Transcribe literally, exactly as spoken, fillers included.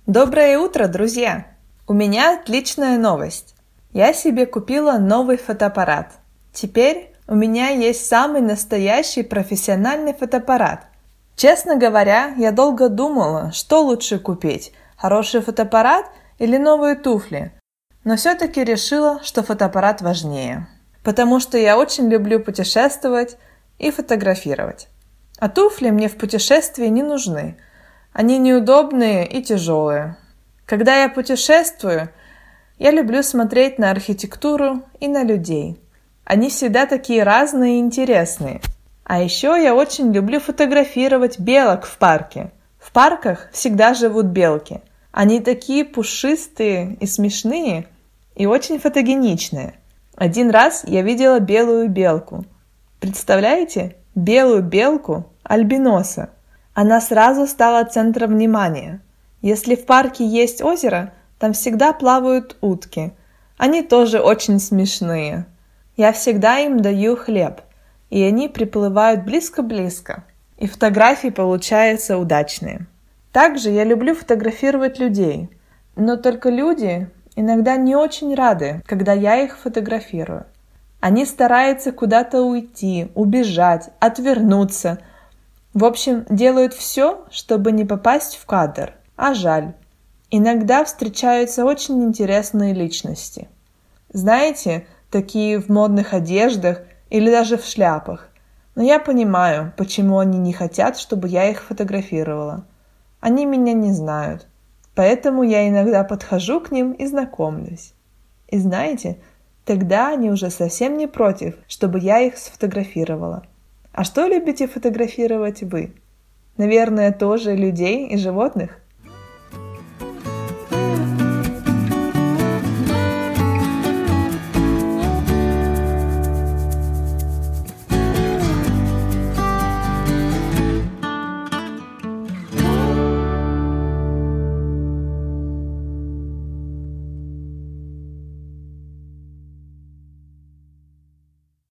Доброе утро, друзья! У меня отличная новость. Я себе купила новый фотоаппарат. Теперь у меня есть самый настоящий профессиональный фотоаппарат. Честно говоря, я долго думала, что лучше купить – хороший фотоаппарат или новые туфли. Но все-таки решила, что фотоаппарат важнее. Потому что я очень люблю путешествовать и фотографировать. А туфли мне в путешествии не нужны. Они неудобные и тяжелые. Когда я путешествую, я люблю смотреть на архитектуру и на людей. Они всегда такие разные и интересные. А еще я очень люблю фотографировать белок в парке. В парках всегда живут белки. Они такие пушистые и смешные, и очень фотогеничные. Один раз я видела белую белку. Представляете? Белую белку альбиноса. Она сразу стала центром внимания. Если в парке есть озеро, там всегда плавают утки. Они тоже очень смешные. Я всегда им даю хлеб, и они приплывают близко-близко, и фотографии получаются удачные. Также я люблю фотографировать людей, но только люди иногда не очень рады, когда я их фотографирую. Они стараются куда-то уйти, убежать, отвернуться. В общем, делают все, чтобы не попасть в кадр, а жаль. Иногда встречаются очень интересные личности. Знаете, такие в модных одеждах или даже в шляпах. Но я понимаю, почему они не хотят, чтобы я их фотографировала. Они меня не знают, поэтому я иногда подхожу к ним и знакомлюсь. И знаете, тогда они уже совсем не против, чтобы я их сфотографировала. А что любите фотографировать вы? Наверное, тоже людей и животных?